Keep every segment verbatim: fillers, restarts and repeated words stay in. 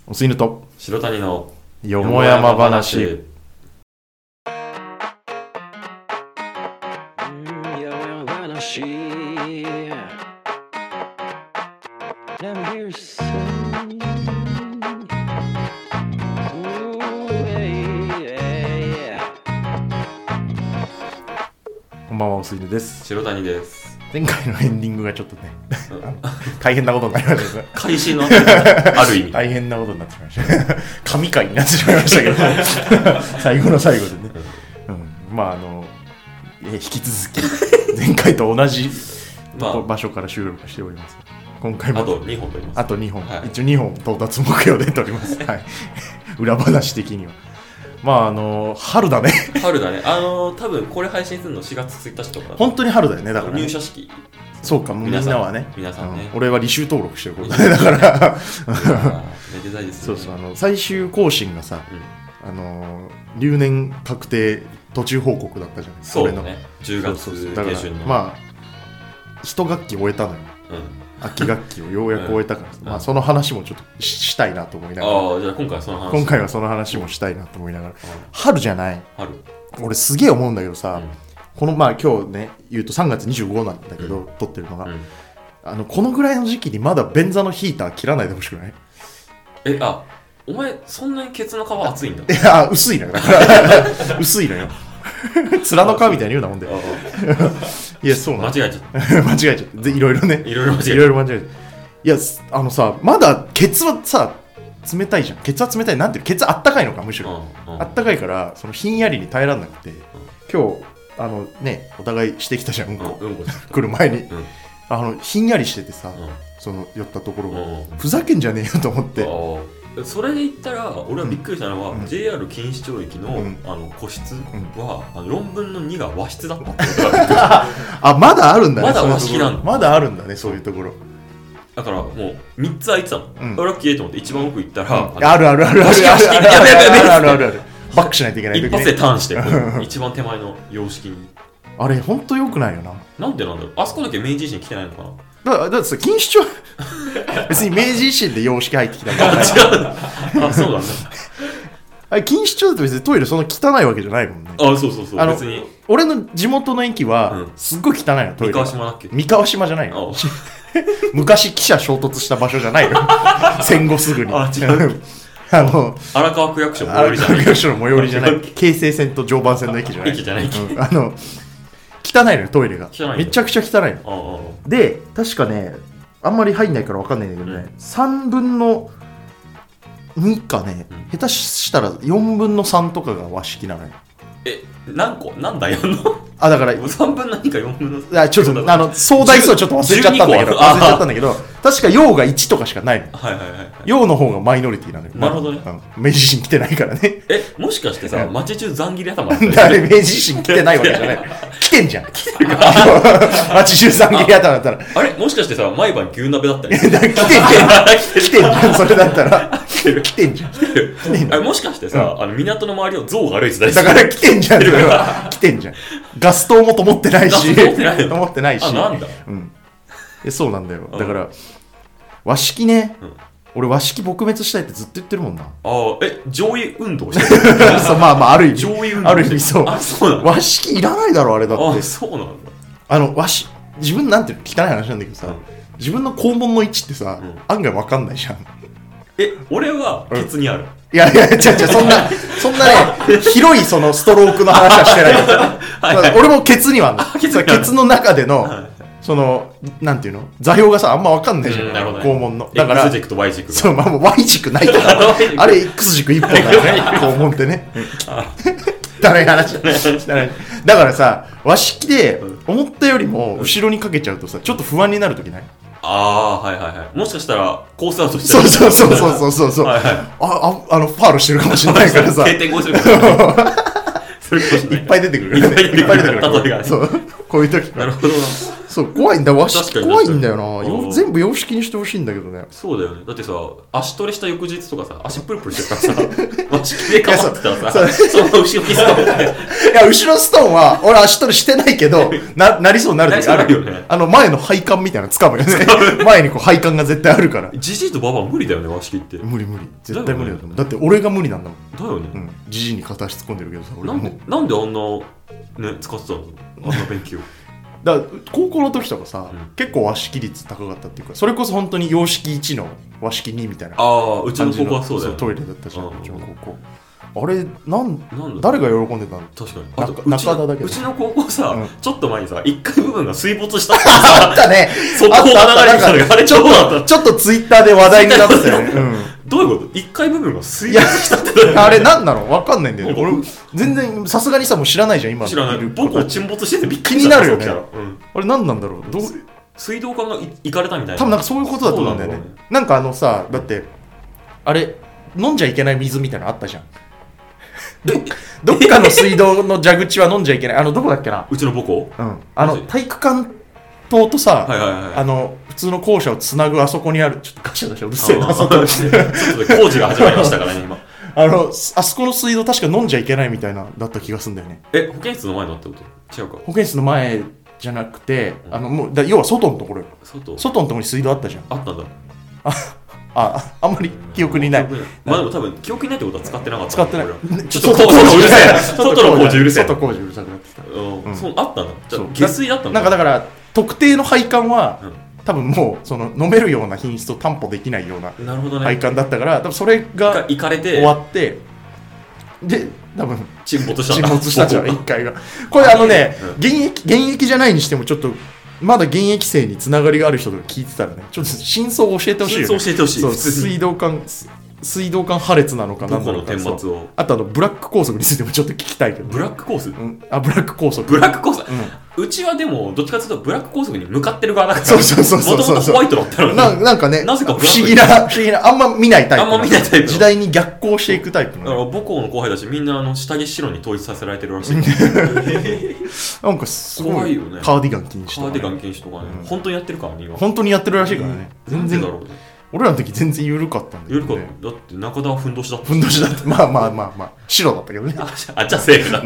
おすいぬと白谷のよもやま話。こんばんは、おすいぬです。 白谷です。 前回のエンディングがちょっとね大変なことになりました開始のある意味大変なことになってしまいました神回になってしまいましたけど最後の最後でね、うん、まああのえ引き続き前回と同じ場所から収録しております。今回もあとにほん撮ります。 あとにほん、はい、一応にほん到達目標で撮ります、はい、裏話的にはまああの春だね春だね。あの多分これ配信するのしがつついたちとか本当に春だよね。だから、ね、 入社式そうか、みんなはね皆さんね、 うん、俺は履修登録してることだね。だからめでたいですね。 そうそう、あの最終更新がさ、うん、あの留年確定途中報告だったじゃないですか。 そうね、じゅうがつ下旬のまあ一学期終えたのよ、うん、秋学期をようやく終えたから、うん、まあ、その話もちょっと し, したいなと思いながら。 ああ、じゃあ今回はその話今回はその話もしたいなと思いながら、うん、春じゃない。 春俺すげえ思うんだけどさ、うん、このまあ今日ね言うとさんがつにじゅうごなんだけど、うん、撮ってるのが、うん、あのこのぐらいの時期にまだ便座のヒーター切らないでほしくない？えあお前そんなにケツの皮厚いんだ。 いや薄いのよだから薄いのよ面の皮みたいに言うなもんでいやそうな間違えちゃった間違えちゃったいろいろねいろいろ間違えちゃったいろいろ間違えちゃった。いやあのさまだケツはさ冷たいじゃん。ケツは冷たいなんていうケツあったかいのかむしろ、うんうん、あったかいからそのひんやりに耐えられなくて、うん、今日あのねお互いしてきたじゃん、うんこ、うん、うん、来る前に、うん、あのひんやりしててさ、うん、その寄ったところが、うん、ふざけんじゃねえよと思って。 それで言ったら俺はびっくりしたのは、うん、ジェイアール 錦糸町駅 の,、うん、あの個室は、うん、あのよんぶんのにが和室だったってことがあまだあるんだね。 まだ和式なんだ。 まだあるんだねそういうところ。 だからもうみっつ空いてたの、うん、ラッキーと思って一番奥行ったら、 うん、あるあるあるあるあるあるあるあるあるバックしないといけない時、ね、 一発でターンして一番手前の洋式にあれほんと良くないよな。 なんでなんだろう。あそこだけ明治維新来てないのかな。 だからだってさ錦糸町別に明治維新で洋式入ってきたんじゃない違うあそうなんだあれ錦糸町だと別にトイレそんな汚いわけじゃないもんね。 あそうそうそう。 あの別に俺の地元の駅はすっごい汚いの、うん、トイレ。 三河島だっけ。 三河島じゃないの昔汽車衝突した場所じゃないの戦後すぐに。 あ違うあの荒川区役所最寄りじゃない。荒川区役所の最寄りじゃない京成線と常磐線の駅じゃない駅じゃない、 うん、あの汚いのよトイレが。めちゃくちゃ汚いの。 ああで確かねあんまり入んないから分かんないんだけどね、うん、さんぶんのにかね、うん、下手したらよんぶんのさんとかが和式なのよ。 え何個何台やんのあだからさんぶんのにかよんぶんのさんちょっとあの総台数はちょっと忘れちゃったんだけど忘れちゃったんだけど確か陽がいちとかしかないの。 はいはいはい、はい、 陽の方がマイノリティなのよ。 なるほどね、 まあ、明治維新来てないからね。 えもしかしてさ街中ざん切り頭だったあれ明治維新来てないわけじゃない来てんじゃん街中ざん切り頭だったら あ, あれもしかしてさ毎晩牛鍋だったり来てんじゃん来てんじゃんそれだったら来てんじゃんあれもしかしてさ、うん、あの港の周りを象が歩いてたりだから来てんじゃんそれは来てんじゃん。ガス灯も灯ってないし灯ってない灯ってないしあなんだ、 うん、えそうなんだよ。だから和式ね、うん、俺和式撲滅したいってずっと言ってるもんな。 あえ上位運動してるそうまあまあある意味上位運動ある意味そう。 あそうなの。 和式いらないだろあれだって。 あそうなんだ。 あの和式自分なんていうの汚い話なんだけどさ、うん、自分の肛門の位置ってさ、うん、案外わかんないじゃん。 え俺はケツにある、うん、 いやいや違う違うそんなそんなね広いそのストロークの話はしてないはい、はい、俺もケツにはあるの。ケツ, ケツの中での、はい、そのなんていうの座標がさあんま分かんないじゃん、うんなるほどね、肛門のだから X 軸と Y 軸がそう、まあ、Y 軸ないけどあれ X 軸一本だよね肛門ってね汚い話だからさ和式で思ったよりも後ろにかけちゃうとさちょっと不安になるときない？ ああはいはいはい。もしかしたらコースアウトしてるそうそうそうそうそうそうはい、はい、あああのファールしてるかもしれないからさ定点越しるかもしれないいっぱい出てくる、ね、いっぱい出てくる例えが、ね、そうこういう時なるほどなそう怖いんだ、和式確かに怖いんだよな。 確かによ全部洋式にしてほしいんだけどね。 そうだよね。だってさ、足トレした翌日とかさ、足プルプルしてるからさ、和式でかまってたらさ、その後ろにストーンで。 いや、後ろストーンは、俺足取りしてないけど、な、なりそうになる時あるよね。 あの、前の配管みたいなの掴むよね。前にこう配管が絶対あるから。 ジジイとババア無理だよね、和式って。 無理無理。絶対無理だと思う。だって俺が無理なんだもん。 だよね。 うん。ジジイに片足突っ込んでるけどさ、俺も。 なんで、なんであんな、ね、使ってたのあんな勉強。 だから高校の時とかさ、 うん、 結構和式率高かったっていうか、それこそ本当に洋式いちの和式にみたいな。 ああ、うちの高校はそうだよ、ね、 トイレだったじゃん、うちの高校。あれ、なんなん誰が喜んでたの？ 確かに。あと中田だけど。 うちの高校さ、うん、ちょっと前にさ、いっかい部分が水没したってさ、あったね。 速報が流れてたのが、あれちょっと、ちょっとツイッターで話題になってたよね。うん、 どういうこと？ いっ 回部分が水没したって。 あれなんなの？わかんないんだよね。俺、全然、さすがにさ、もう知らないじゃん、今の。 知らない。僕は沈没しててびっくりした。気になるよね。うん、あれなんなんだろう。どう水道管がいかれたみたいな。 多分なんかそういうことだと思うんだよね。な, ねなんかあのさ、だって、あれ、飲んじゃいけない水みたいなのあったじゃん。ど, どっかの水道の蛇口は飲んじゃいけない。あの、どこだっけな。 うちの母校？ うん。あの、体育館塔とさ、 はいはいはい、 あの、普通の校舎をつなぐあそこにある、ちょっとガシャガシャうるせえな、そこ。 工事が始まりましたからね、今。 あの、あそこの水道確か飲んじゃいけないみたいな、だった気がするんだよね。 え、保健室の前のってこと違うか。 保健室の前じゃなくて、うん、あの、もう、だ要は外のところよ。 外外のところに水道あったじゃん。 あったんだ。 ああ、あんまり記憶にない。 まあでも多分記憶にないってことは使ってなかった。 使ってない。 ちょっと外のうるせえ。外の工事うるせえ。 外工事うるさくなってた。 うん。そう、あったんだ。じゃあ下水だったんだ。 なんかだから、特定の配管は、多分もう、その、飲めるような品質を担保できないような配管だったから、多分それがいかれて終わって、で、多分沈没した沈没したじゃん、一回が。これあのね、現役、現役じゃないにしてもちょっと、まだ現役生につながりがある人とか聞いてたらね、ちょっと真相を教えてほしいよね。 真相教えてほしい。 そう、水道管、水道管破裂なのかなんなのか。 どこの顛末を。 あとあの、ブラック高速についてもちょっと聞きたいけど。 ブラックコース？うん。 あ、ブラック高速。 ブラック高速、 うん、 うちはでも、どっちかというとブラック高速に向かってる側だから。 そうそうそうそう。 もともとホワイトだったのに。 ななんかね、 なぜか不思議な、不思議な、あんま見ないタイプ。 あんま見ないタイプ。 時代に逆行していくタイプの。 だから母校の後輩だし、みんなあの下着白に統一させられてるらしい。 なんかすごい。 怖いよね。 カーディガン禁止とか、ね。 カーディガン禁止とかね。うん、本当にやってるからね、今。 本当にやってるらしいからね。 うん、全然だろうね。 俺らの時全然緩かったんだよね。 緩かった。だって中田はふんどしだった。 ふんどしだった。まあまあまあまあ。白だったけどね。 あ、あじゃあセーフだ。うん。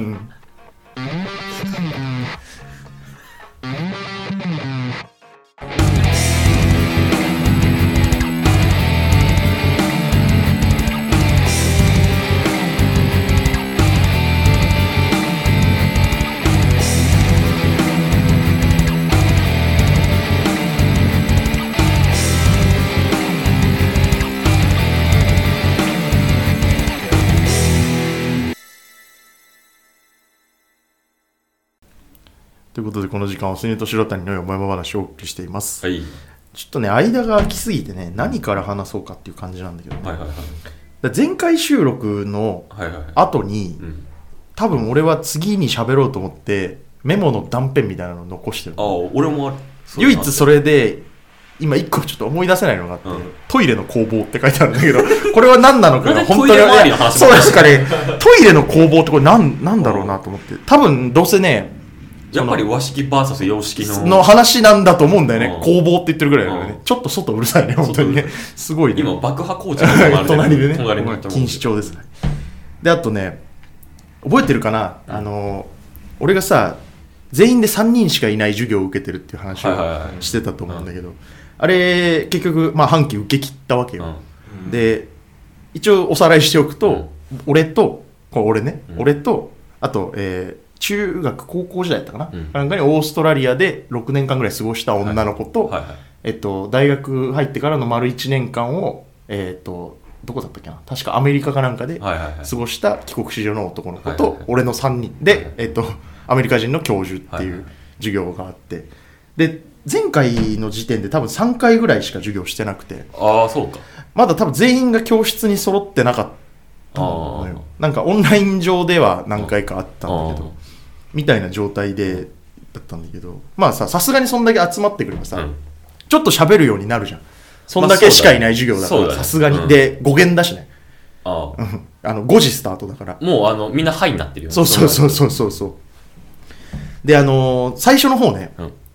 ということでこの時間はスネと白谷のよもやま話をお送りしています、 はい、 ちょっとね間が空きすぎてね何から話そうかっていう感じなんだけど、ね、 はいはいはい、 だ前回収録の後に、はいはいはい、うん、多分俺は次に喋ろうと思ってメモの断片みたいなのを残してる。 ああ俺もある。 唯一それで今一個ちょっと思い出せないのがあって、うん、トイレの工房って書いてあるんだけどこれは何なのかが本当にそうですかねトイレの工房ってこれ何なんだろうなと思って多分どうせねやっぱり和式 ブイエス 洋式 の, の話なんだと思うんだよね。工房って言ってるぐらいだからね。ちょっと外うるさいね、本当にね。すごいね。 今、爆破工事の隣でね。 隣に錦糸町ですね。で、あとね、覚えてるかな、あの、俺がさ、全員でさんにんしかいない授業を受けてるっていう話をしてたと思うんだけど、あれ、結局、まあ、半期受け切ったわけよ。うん、で、一応おさらいしておくと、うん、俺と、これ俺ね、うん、俺と、あと、えー、中学高校時代だったかな、うん、なんかにオーストラリアでろくねんかんぐらい過ごした女の子と、はいはいはい、えっと、大学入ってからの丸いちねんかんを、えっと、どこだったっけな確かアメリカかなんかで過ごした帰国子女の男の子と俺のさんにんで、はいはいはい、えっと、アメリカ人の教授っていう授業があってで前回の時点で多分さんかいぐらいしか授業してなくてああそうかまだ多分全員が教室に揃ってなかったのよなんかオンライン上では何回かあったんだけどみたいな状態でだったんだけどまあささすがにそんだけ集まってくればさ、うん、ちょっと喋るようになるじゃんそんだけしかいない授業だからさすがに、うん、で語源だしねああのごじスタートだからもうあのみんなハイになってるよねそうそうそうそうそうそうであのー、最初の方ね、うん、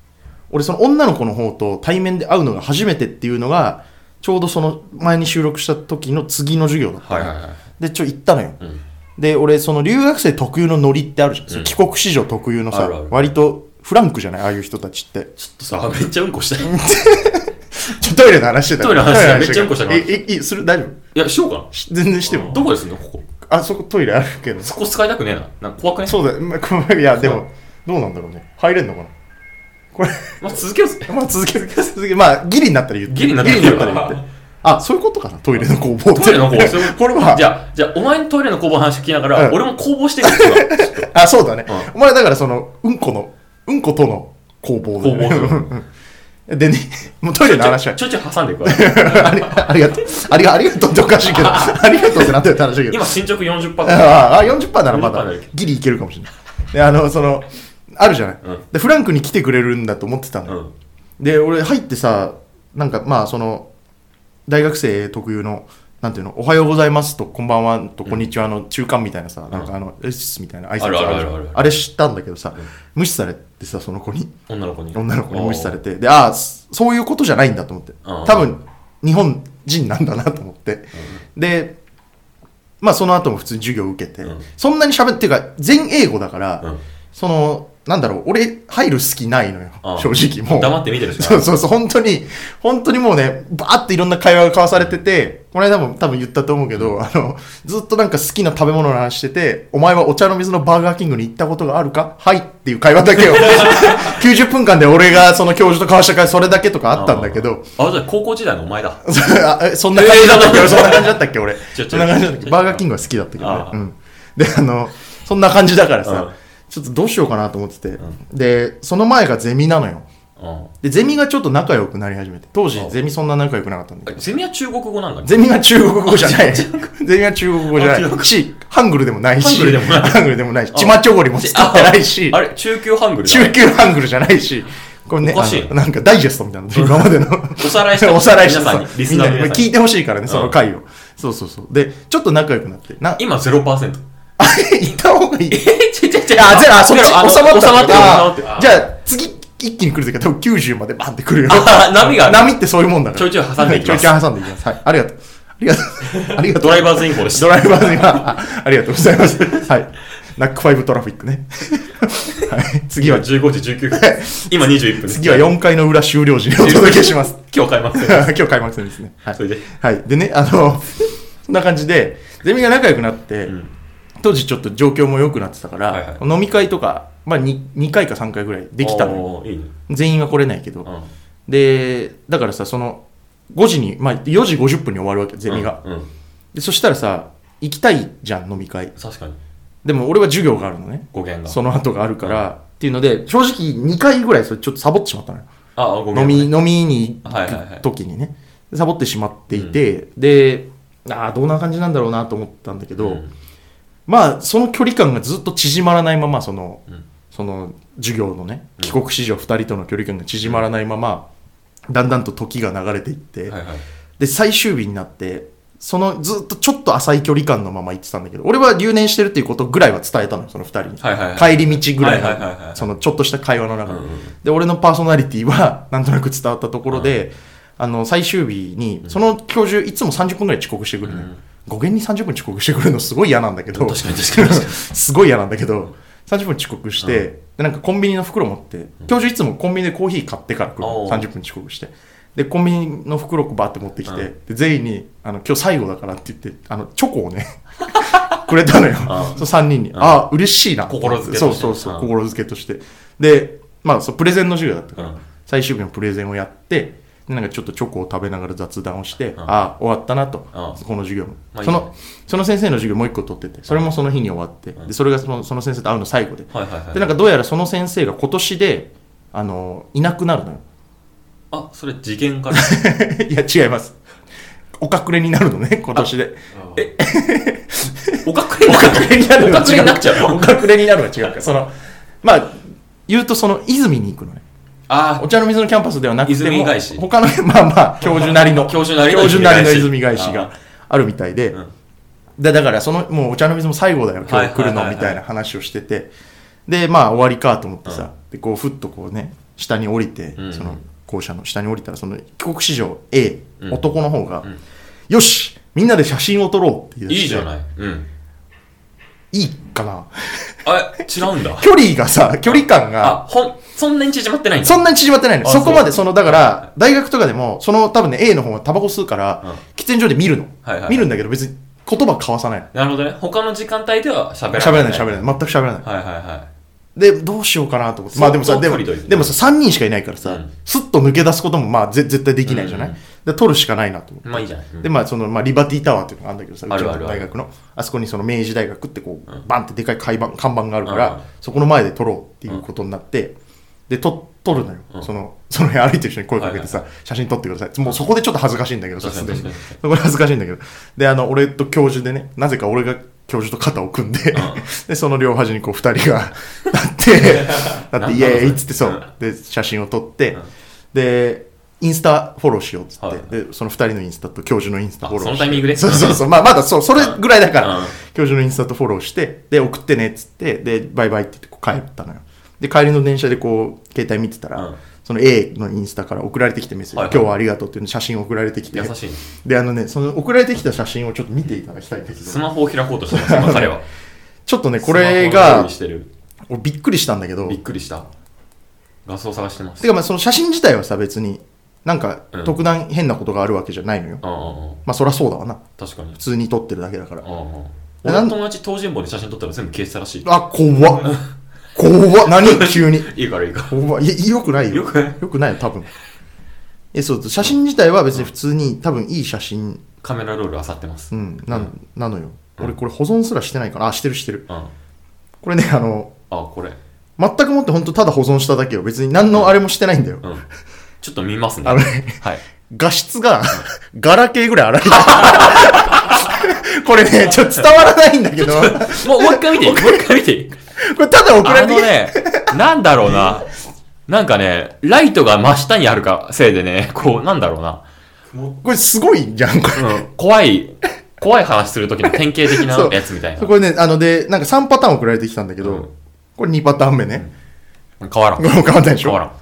俺その女の子の方と対面で会うのが初めてっていうのがちょうどその前に収録した時の次の授業だった、はいはいはい、でちょ行ったのよ、うん、で俺その留学生特有のノリってあるじゃん、うん、帰国子女特有のさ、あるある割とフランクじゃないああいう人たちって。 ちょっとさめっちゃうんこしたいちょトイレの話してたトイレの話してためっちゃうんこしたからえええする大丈夫いやしようかな全然してもどこですんのここあそこトイレあるけどそこ使いたくねえななんか怖くねそうだよ、まあ、いやでもどうなんだろうね入れんのかなこれまあ続けようぜまあ続ける続けまあギリになったら言ってギリになったら言ってあそういうことかなトイレの工房トイレの工房これはじゃあじゃあお前のトイレの工房の話聞きながら、うん、俺も工房してるあそうだね、うん、お前だからそのうんこのうんことの工房で、ね、工房でね、もうトイレの話はちょいちょい挟んでいくわありありがとうありがありがとうっておかしいけどありがとうってなってるって話だけど今進捗 よんじゅっパーセントああ よんじゅっパーセント ならまだギリいけるかもしれないであのそのあるじゃない、うん、でフランクに来てくれるんだと思ってたの、うん、で俺入ってさなんかまあその大学生特有のなんていうのおはようございますとこんばんはとこんにちはの中間みたいなさ、うん、なんかあのエッスみたいな挨拶あるあるあるあれ知ったんだけどさ、うん、無視されてさその子に女の子に女の子に無視されてでああそういうことじゃないんだと思って多分日本人なんだなと思って、うん、でまあその後も普通に授業を受けて、うん、そんなに喋っていうか全英語だから、うん、そのなんだろう俺入る好きないのよ正直もう黙って見てるしそうそうそう本当に本当にもうねバーっていろんな会話が交わされててこの間も多分言ったと思うけど、うん、あのずっとなんか好きな食べ物の話しててお前はお茶の水のバーガーキングに行ったことがあるかはいっていう会話だけをきゅうじゅっぷんかんで俺がその教授と交わした会話それだけとかあったんだけどああじゃあ高校時代のお前だそんな感じだったっけ、えー、そんな感じだったっけ俺そんな感じだったっけバーガーキングは好きだったけどね、うん、であのそんな感じだからさ、うんちょっとどうしようかなと思ってて、うん、でその前がゼミなのよ、うん、でゼミがちょっと仲良くなり始めて当時ゼミそんな仲良くなかったんだけどゼミは中国語なんだねゼミは中国語じゃないゼミは中国語じゃないしハングルでもないしハングルでもないハングルでもないしチマチョゴリも作ってないしあれ中級ハングルだ中級ハングルじゃないしこれねおかしいなんかダイジェストみたいな今までのおさらいしておさらいして皆さんにリスナーの皆さんに聞いてほしいからねその回を、うん、そうそうそうでちょっと仲良くなってな今 ゼロパーセントあれ行った方がいい。えちょちょちょ。 あ、じゃあ、そっち収まった。 収まってる。 じゃあ、次、一気に来るときは多分きゅうじゅうまでバンって来るよ。 あ、波が。 波ってそういうもんだから。 ちょいちょい挟んでいきます。 ちょいちょい挟んでいきます。はい。ありがとう。ありがとう。ありがとう。 ドライバーズインフォでした。 ドライバーズインフォ。ありがとうございます。はい。ナックファイブトラフィックね。はい。次はじゅうごじじゅうきゅうふん。今にじゅういっぷんです。 次はよんかいの裏終了時にお届けします。 今日開幕戦です。今日開幕戦ですね。はい。 それで。 はい。でね、あの、そんな感じで、ゼミが仲良くなって、うん当時ちょっと状況も良くなってたから、はいはい、飲み会とか、まあ、に, にかいかさんかいぐらいできたのいい、ね、 全員は来れないけど、うん、でだからさそのごじに、まあ、よじごじゅっぷんに終わるわけゼミが、うんうん、でそしたらさ行きたいじゃん飲み会確かにでも俺は授業があるのね語源がその後があるから、うん、っていうので正直にかいぐらいそれちょっとサボってしまったのよああ語源、 ね、飲み飲みに行く時にね、はいはいはい、サボってしまっていて、うん、でああどんな感じなんだろうなと思ったんだけど、うんまあその距離感がずっと縮まらないままその、うん、その授業のね帰国子女ふたりとの距離感が縮まらないまま、うん、だんだんと時が流れていって、はいはい、で最終日になってそのずっとちょっと浅い距離感のまま行ってたんだけど俺は留年してるっていうことぐらいは伝えたのそのふたりに、はいはいはい、帰り道ぐらいの、はいはいはいはい、そのちょっとした会話の中で、うんうん、で俺のパーソナリティはなんとなく伝わったところで、うん、あの最終日にその教授いつもさんじゅっぷんぐらい遅刻してくるのよ、うん語源にさんじゅっぷん遅刻してくるのすごい嫌なんだけど確かに確かにすごい嫌なんだけどさんじゅっぷん遅刻して、うん、でなんかコンビニの袋持って教授いつもコンビニでコーヒー買ってから来る、うん、さんじゅっぷん遅刻してでコンビニの袋をバーって持ってきて、うん、で全員にあの今日最後だからって言ってあのチョコをねくれたのよ、うん、そうさんにんに、うん、ああ嬉しいな心付けとしてそうそうそう、うん、心付けとしてでまあそうプレゼンの授業だったから、うん、最終日のプレゼンをやってなんかちょっとチョコを食べながら雑談をして、うん、ああ終わったなと、うん、この授業も、まあ、そのその先生の授業もう一個取っててそれもその日に終わって、うん、でそれがその、その先生と会うの最後で、はいはいはい、でなんかどうやらその先生が今年であのいなくなるのよあそれ次元からいや違いますお隠れになるのね今年でえお隠れになるお隠れになるのは違うお隠れになっちゃうお隠れになるのは違うからそのまあ言うとその泉に行くのねあお茶の水のキャンパスではなくても他のまあまあ教授なりの教授なりの泉返しがあるみたいで、うん、でだからそのもうお茶の水も最後だよ今日来るのみたいな話をしててでまあ終わりかと思ってさ、うん、でこうふっとこうね下に降りて、 うん、 その校舎の下に降りたらその帰国子女 A、 うん、 男の方が、 うん、 よしみんなで写真を撮ろうって言い出して。 いいじゃない、うん、 いいかなあ違うんだ距離がさ距離感があほんそんなに縮まってないんだ。 そんなに縮まってないの。そこまでそのだから大学とかでもその多分ね A の方はタバコ吸うから、うん、喫煙所で見るの、はいはいはい、見るんだけど別に言葉交わさないの。 なるほどね。他の時間帯では喋らない。 喋らない喋らない全く喋らない。 はいはいはい。 でどうしようかなと思って。まあでもさでもでもささんにんしかいないからさ、うん、スッと抜け出すこともまあ絶対できないじゃない。うんうん、で撮るしかないなと思って。 まあいいじゃない。うん、 でまあそのまあリバティタワーっていうのがあるんだけどさ、うちのあるあるある大学のあそこにその明治大学ってこう、うん、バンってでかい看板看板があるから、うん、そこの前で撮ろうっていうことになって、うん、で撮撮るのよ。うん、そのその辺歩いてる人に声かけてさ、はいはいはい、写真撮ってください。もうそこでちょっと恥ずかしいんだけどさ、すでにそこで恥ずかしいんだけど、であの俺と教授でね、なぜか俺が教授と肩を組んで、うん、でその両端にこうふたりが立ってだってイエーイっつってそうで写真を撮って、うん、でインスタフォローしようっつって、はい、でそのふたりのインスタと教授のインスタフォローして、 そのタイミングでそうそうそう、まあまだそうそれぐらいだから、うん、教授のインスタとフォローしてで送ってねっつってでバイバイって言ってこう帰ったのよ。で帰りの電車でこう携帯見てたら、うん、その A のインスタから送られてきてメッセージ、はいはい、今日はありがとうっていう写真送られてきて、 優しい、ね、 であのねその送られてきた写真をちょっと見ていただきたいんだけど、 スマホを開こうとしてます彼はちょっとねこれが俺びっくりしたんだけど、 びっくりした画像探してます。 てかまあその写真自体はさ別になんか特段変なことがあるわけじゃないのよ、うん、まあそりゃそうだわな。 確かに普通に撮ってるだけだから。 俺の友達東尋坊で写真撮ったら全部消えてたらしい。 あ怖っ怖っ何急にいいからいいから怖っ。いやよくないよよくないよくないよ多分。えそう写真自体は別に普通に多分いい写真、 カメラロール漁ってます。 うんな、うん、なのよ、うん、俺これ保存すらしてないから。あしてるしてる、うん、これねあのあこれ全くもって本当ただ保存しただけよ。別に何のあれもしてないんだよ、 うんうん、ちょっと見ますね。 あのね、はい、画質が、うん、ガラケーぐらい荒いこれねちょっと伝わらないんだけどもうもう一回見ていいもう一回見ていいこれただ送られてあのねなんだろうななんかねライトが真下にあるかせいでねこうなんだろうなこれすごいじゃんこれ、 うん、怖い怖い話するときの典型的なやつみたいなこれねあのでなんかさんパターン送られてきたんだけど、うん、これにパターン目ね、 うん、変わらん変わらないでしょ。 変わらん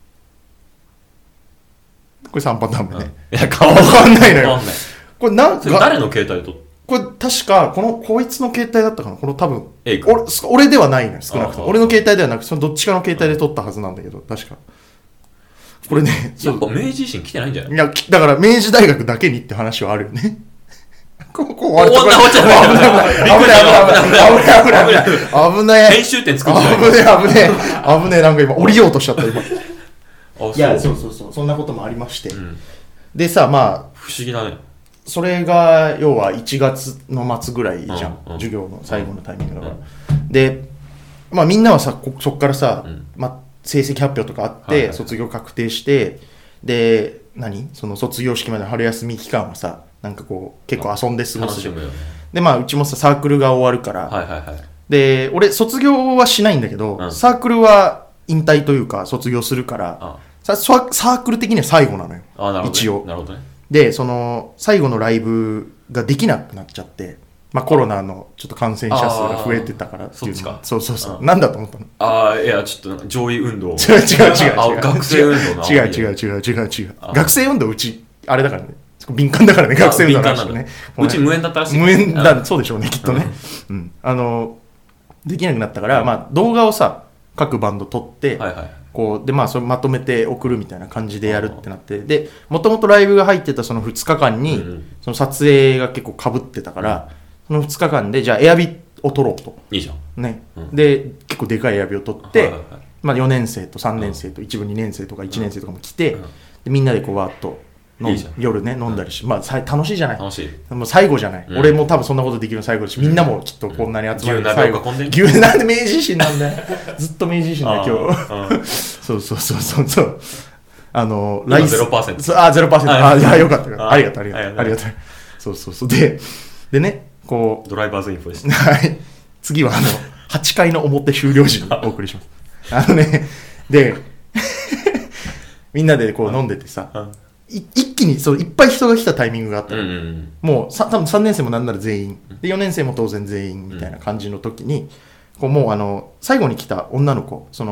これさんパターン目ね、 うん、いや変わらんないのよ。 変わんないこれなんか誰の携帯で撮った？ これ確かこのこいつの携帯だったかな。この多分 A 俺, 俺ではないのよ少なくとも。俺の携帯ではなくそのどっちかの携帯で撮ったはずなんだけど確かこれねやっぱ明治維新来てないんじゃない？ いやだから明治大学だけにって話はあるよねここ終わった終わっちゃう危ない危ない危ない危ない危ない危ない編集点作っちゃう危ねえ危ねえ危ねえなんか今降りようとしちゃった今いやそうそうそうそんなこともありまして、うん、でさまあ不思議だね。 それが要はいちがつの末ぐらいじゃん、うんうん、授業の最後のタイミングだから、うん、でまあみんなはさそっからさ、うんまあ、成績発表とかあって、はいはい、卒業確定してで何その卒業式までの春休み期間はさなんかこう結構遊んで過ごすじゃん、ね、でまあうちもさサークルが終わるから、 はいはいはい、 で俺卒業はしないんだけど、うん、サークルは引退というか卒業するからサークル的には最後なのよ。 あなるほど、ね、 一応なるほどね。 でその最後のライブができなくなっちゃって、まあ、コロナのちょっと感染者数が増えてたからっていうのそうそうそう、うん、なんだと思ったの。 ああいやちょっと上位運動違う違う違う違う学生運動の違う違う違う違う違う学生運動うちあれだからね敏感だからね学生運動の話ね。 うち無縁だったらしい。 無縁だそうでしょうねきっとね、うん、あのできなくなったから、うんまあ、動画をさ各バンド撮って、はいはいこうでまあそれまとめて送るみたいな感じでやるってなってでもともとライブが入ってたそのふつかかんに、うんうん、その撮影が結構かぶってたから、うん、そのふつかかんでじゃあエアビを撮ろうといいじゃん、 ねうん、で結構でかいエアビを撮って、はいはいはいまあ、よねん生とさんねん生と一部にねん生とかいちねん生とかも来て、うん、でみんなでこうわーっといい夜ね飲んだりし、うん、まあ楽しいじゃない。 楽しい。 もう最後じゃない、うん、俺も多分そんなことできるの最後だし、みんなもきっとこんなに集まる最後、 うん、 牛鍋なんで明治維新なんだよずっと明治維新だよ今日そうそうそうそうそうあのライス ゼロパーセントあ ゼロパーセント あいやよかったありがとうありがとうありがとうそうそうそうででねこうドライバーズインフォですねはい次はあのはちかいの表終了時にお送りしますあのねでみんなでこう飲んでてさ、うん一気にそういっぱい人が来たタイミングがあった、うんうん、もうさ多分さんねん生もなんなら全員でよねん生も当然全員みたいな感じの時に、うん、こうもうあの最後に来た女の子その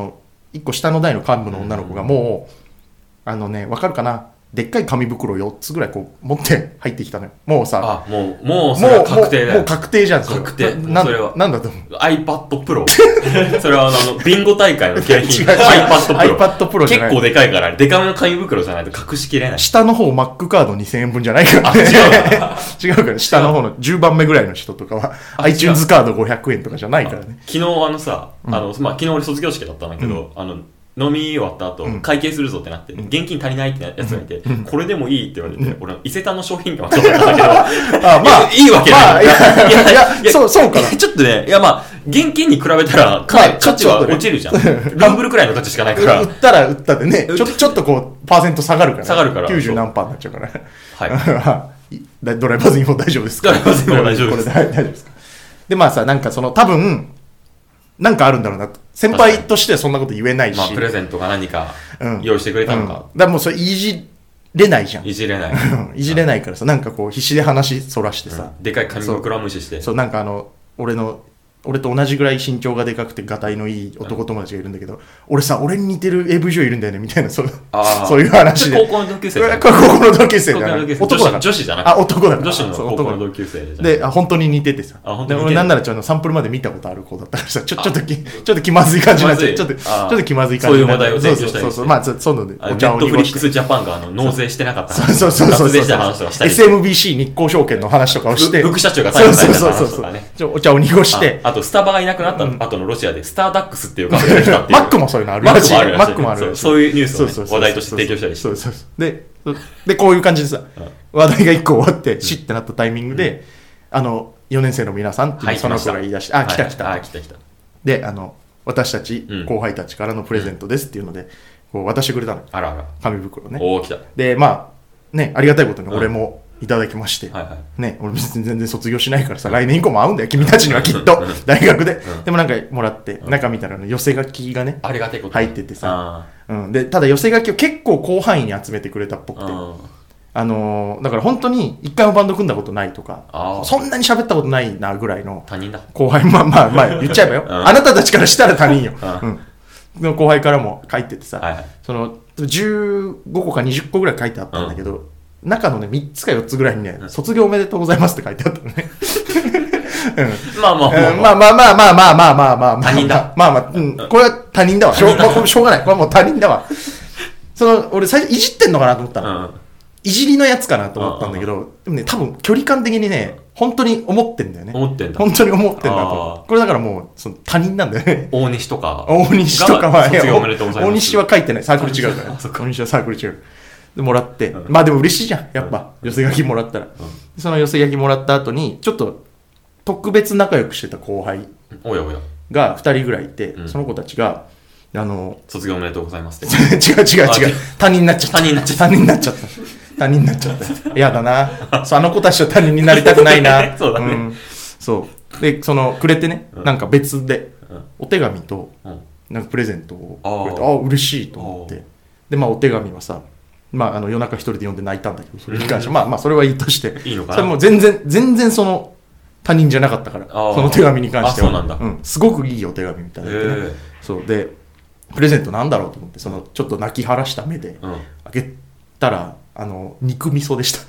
いっこ下の代の幹部の女の子がもう、あのね、わかるかな、でっかい紙袋よっつぐらいこう持って入ってきたのよ。もうさ、 あ、もう、もうそれは確定だよ。 もう、もう確定じゃん、それ。 確定。 な、 それは。 なんだと思う iPad Pro。それはあの、ビンゴ大会の景品。 違う違う iPad Pro。 iPad Pro じゃない。 結構でかいから、でかめの紙袋じゃないと隠しきれない。 下の方 Mac カードにせんえんぶんじゃないから、ね。違う。違うから、下の方のじゅうばんめぐらいの人とかは、iTunes カードごひゃくえんとかじゃないからね。 昨日あのさ、あの、まあ、昨日俺卒業式だったんだけど、あの、飲み終わった後、うん、会計するぞってなって、うん、現金足りないってやつがいて、うん、これでもいいって言われて、うん、俺、伊勢丹の商品券はちょっと買ったんだけど、あまあ、いいわけない。まあ、いや、いや、いや、いやそう、そうかな。ちょっとね、いやまあ、現金に比べたら、かなり価値は落ちるじゃん。ルーブルくらいの価値しかないから。 売ったら売ったでね、ちょっと、ちょっとこう、パーセント下がるから。 下がるから。 きゅうじゅう何パーになっちゃうから。 はい。 ドライバーズインフォ大丈夫ですか？ ドライバーズインフォ大丈夫です。 これで、大丈夫ですか？で、まあさ、なんかその、多分、なんかあるんだろうなと。先輩としてはそんなこと言えないし。 まあ、プレゼントが何か用意してくれたのか。うんうん、 だからもうそれいじれないじゃん。 いじれない。 いじれないからさ、なんかこう必死で話そらしてさ。 うん、でかい紙袋無視して。 そう、なんかあの、俺の、俺と同じぐらい身長がでかくてガタイのいい男友達がいるんだけど、うん、俺さ、俺に似てる エーブイ 女優いるんだよねみたいな、そうそういう話で。 高校の同級生だ、 ね、高校の同級生だ、ね、 男だから。女子じゃなくて。 あ、男だから。 女子の高校の同級生で。 で、あ、本当に似ててさ。あ、本当に似てて。で、俺なんならちょっとサンプルまで見たことある子だったからさ、ちょ、ちょっとき、ちょっと気まずい感じになっちゃう。ちょっと、ちょっと気まずい感じになっちゃう。 そういう話題を提供したりして。 そうそうそう。まあ、そういうので、 お茶を濁して。ネットフリックスジャパンがあの納税してなかった話。 そうそうそうそう。 脱税した話とかしたり。 エスエムビーシー 日興証券の話とかをして。 副社長が逮捕された話とかね。 お茶を濁して。 あと、スタバがいなくなった後のロシアで、スターダックスっていうカフェが来たっていう。 マックもそういうのあるらしい。マックもあるらしい。 そういうニュースを話題として提供したりして。 そうそうそう。で、で、こういう感じでさ、話題が一個終わって、シッってなったタイミングで、あの、よねん生の皆さんっていうその子が言い出して、あ、来た来た。 あ、来た来た。 で、あの、私たち、後輩たちからのプレゼントですっていうので、こう渡してくれたの。 あらあら。 紙袋ね。 おー、来た。 で、まあ、ね、ありがたいことに俺も、いただきまして、 はいはい、 ね、俺別に全然卒業しないからさ、来年以降も会うんだよ、君たちにはきっと、大学で、うん。でもなんかもらって、中見たら寄せ書きがね、 ありがたいこと入っててさ、うん、で、ただ寄せ書きを結構広範囲に集めてくれたっぽくて、あのー、だから本当に一回もバンド組んだことないとか、そんなに喋ったことないなぐらいの他人だ後輩、まあまあまあ言っちゃえばよ、うん、あなたたちからしたら他人よ、うんうん、後輩からも書いててさ、はいはい、そのじゅうごこかにじゅっこぐらい書いてあったんだけど、うん、中のねみっつかよっつぐらいにね、うん、卒業おめでとうございますって書いてあったのねうん、まあまあまあまあまあまあまあまあまあまあまあ他人だまあまあ、うん、これは他人だわしょう、まあ、しょうがないこれはもう他人だわその俺最初いじってんのかなと思ったの、うん、いじりのやつかなと思ったんだけど、でもね多分距離感的にね本当に思ってんだよね思ってんだ本当に思ってんだとこれだからもうその他人なんだよね大西とか大西とかは卒業おめでとうございます大西は書いてないサークル違うから大西はサークル違うでもらって、うん、まあでも嬉しいじゃんやっぱ、うん、寄せ書きもらったら、うん、その寄せ書きもらった後にちょっと特別仲良くしてた後輩がふたりぐらいいて、うん、その子たちがあの卒業おめでとうございますって違う違う違う他人になっちゃった他人になっちゃった他人になっちゃった他人になっちゃったやだなそうあの子たちと他人になりたくないなそうだね、うん、 そうでそのくれてね、うん、なんか別で、うん、お手紙と、うん、なんかプレゼントをくれてああ嬉しいと思ってでまあお手紙はさまあ、あの夜中一人で読んで泣いたんだけどそれに関しては、まあまあそれはいいとしていいのかなそれも全然全然その他人じゃなかったからその手紙に関してはそうなんだ、 うん、すごくいいお手紙みたいな、ね、そうでプレゼントなんだろうと思ってそのちょっと泣き晴らした目で開けたら、うん、あの肉味噌でした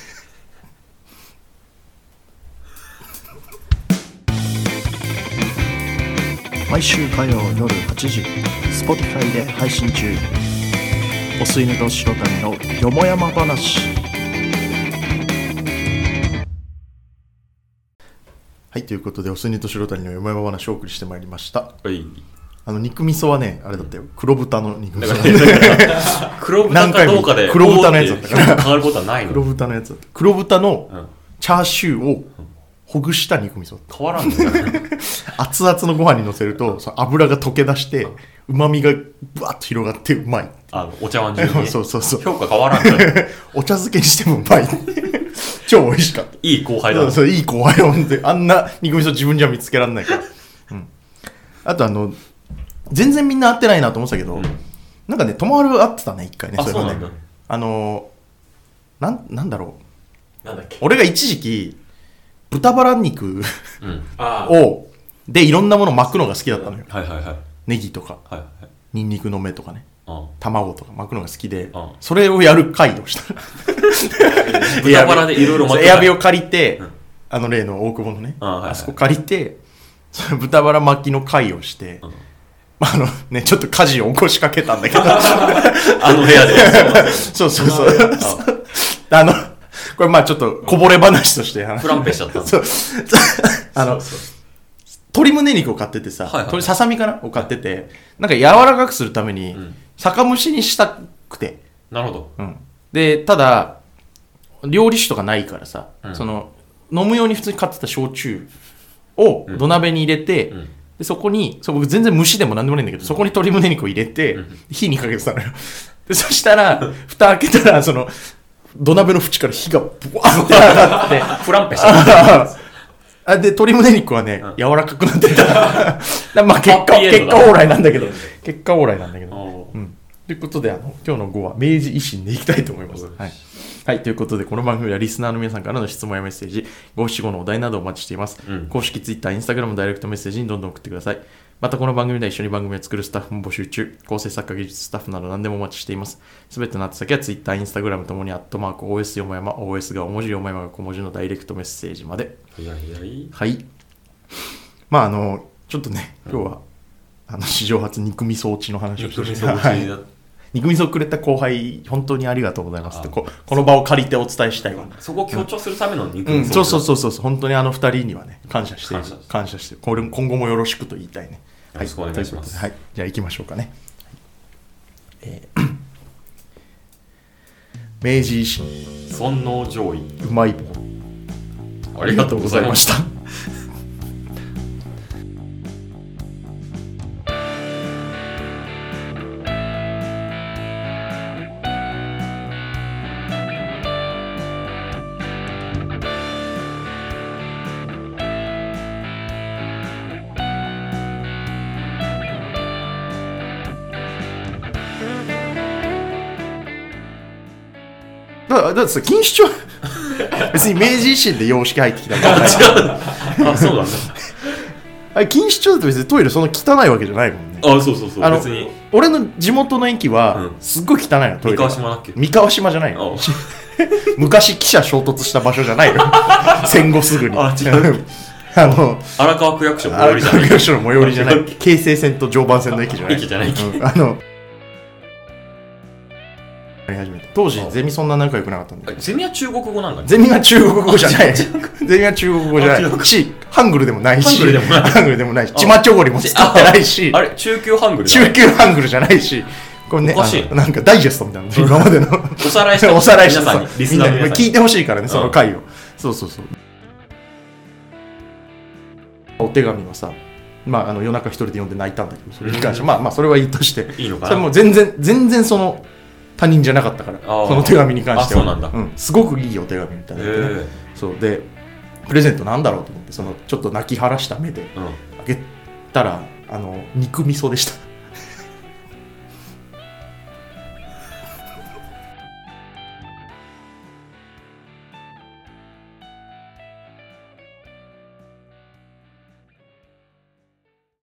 毎週火曜夜はちじ Spotify で配信中お吸い寝と白谷のよもやま話。はいということでお吸い寝と白谷のよもやま話をお送りしてまいりました。 はいあの肉味噌はねあれだったよ黒豚の肉味噌黒豚かどうかで黒豚のやつだったから変わることはないの黒豚のやつだった黒豚のチャーシューをほぐした肉味噌変わらんのね熱々のご飯にのせるとその油が溶け出してうまみがブワッと広がってうまいあのお茶碗中にそうそうそう評価変わらんのねお茶漬けにしてもうまい超美味しかったいい後輩だそうそういい後輩ほんであんな肉味噌自分じゃ見つけられないから、うん、あとあの全然みんな会ってないなと思ってたけど、うん、なんかね友春会ってたね一回ねあそれはねそうなんだあのなん、なんだろうなんだっけ俺が一時期豚バラ肉、うん、 あをでいろんなもの巻くのが好きだったのよ、 はいはいはい、 ネギとか、 はいはい、 ニンニクの芽とかね、 あ卵とか巻くのが好きで、 あそれをやる回をした。 豚バラでいろいろ巻く。 エアビを借りて、うん、あの例の大久保のね、あ、はいはい、あそこ借りて、その豚バラ巻きの回をして、うん、あのね、ちょっと火事を起こしかけたんだけど。 あの部屋で。 そうそうそう。あの、これまあちょっとこぼれ話として話。 フランペしちゃった。 そう。あの、そうそう鶏胸肉を買っててさ、はいはいはい、鶏ささみかなを買ってて、なんか柔らかくするために、うん、酒蒸しにしたくて。 なるほど。 うん。で、ただ、料理酒とかないからさ、うん、その、飲むように普通に買ってた焼酎を土鍋に入れて、うん、でそこに、そこ全然蒸しでもなんでもないんだけど、うん、そこに鶏胸肉を入れて、うん、火にかけてたのよ。で、そしたら、蓋開けたら、その、土鍋の縁から火がブワーって上がって、 フランペしたあで、鶏胸肉はね、うん、柔らかくなってた。まあ結果、結果オーライなんだけど、結果オーライなんだけど。うん。ということで、あの、今日のごは明治維新でいきたいと思います。はい。はい。ということで、この番組はリスナーの皆さんからの質問やメッセージ、ご七五のお題などをお待ちしています。うん、公式 Twitter、Instagram、ダイレクトメッセージにどんどん送ってください。またこの番組では一緒に番組を作るスタッフも募集中、構成作家、技術スタッフなど何でもお待ちしています。すべての宛先は Twitter、Instagram ともにアットマーク オーエス よもやま、オーエス が大文字、よもやまが小文字のダイレクトメッセージまで。 はいはいはい。 はい。まああの、ちょっとね、今日は、あの史上初肉味噌落ちの話をして肉味噌落ちだ。 肉味噌をくれた後輩、本当にありがとうございますってこ、この場を借りてお伝えしたいわ。 そこを強調するための肉味噌、 うん、そうそうそうそう、本当にあの二人にはね、感謝してる。感謝してる。これ今後もよろしくと言いたいね。 よろしくお願いします。 はい、じゃあ行きましょうかね。えー、明治維新尊王攘夷うまい棒ありがとうございました。だってさ、錦糸町別に明治維新で洋式入ってきたから違うあ、そうなんだ。 あれ錦糸町だと別にトイレそんな汚いわけじゃないもんね。 あ、そうそうそう。 あの別に俺の地元の駅はすっごい汚いの、トイレ。三河島だっけ。 三河島じゃないの。昔汽車衝突した場所じゃないの。戦後すぐに。 あ、違う。 あの荒川区役所最寄りじゃない。 区役所の最寄りじゃない。京成線と常磐線の駅じゃない。 駅じゃない。 うん、あの当時ゼミそんな仲良くなかったんで。 ゼミは中国語なんかね。 ゼミは中国語じゃないゼミは中国語じゃないし、ハングルでもないし、ハングルでもないハングルでもないし、チマチョゴリも使ってないし、 あれ中級ハングル中級ハングルじゃないし、これね、なんかダイジェストみたいな今までのおさらいしておさらいして皆さんにリスナーの皆さんに聞いてほしいからね、その回を。そうそうそう。お手紙はさ、まああの夜中一人で読んで泣いたんだけど、それに関してまあまあそれはいいとして、 いいのかな。 それも全然全然その他人じゃなかったから、その手紙に関しては。 あ、そうなんだ。 うん、すごくいいお手紙みたいな、ね。そうで、プレゼントなんだろうと思って、そのちょっと泣き晴らした目で開けたら、あの肉味噌でした。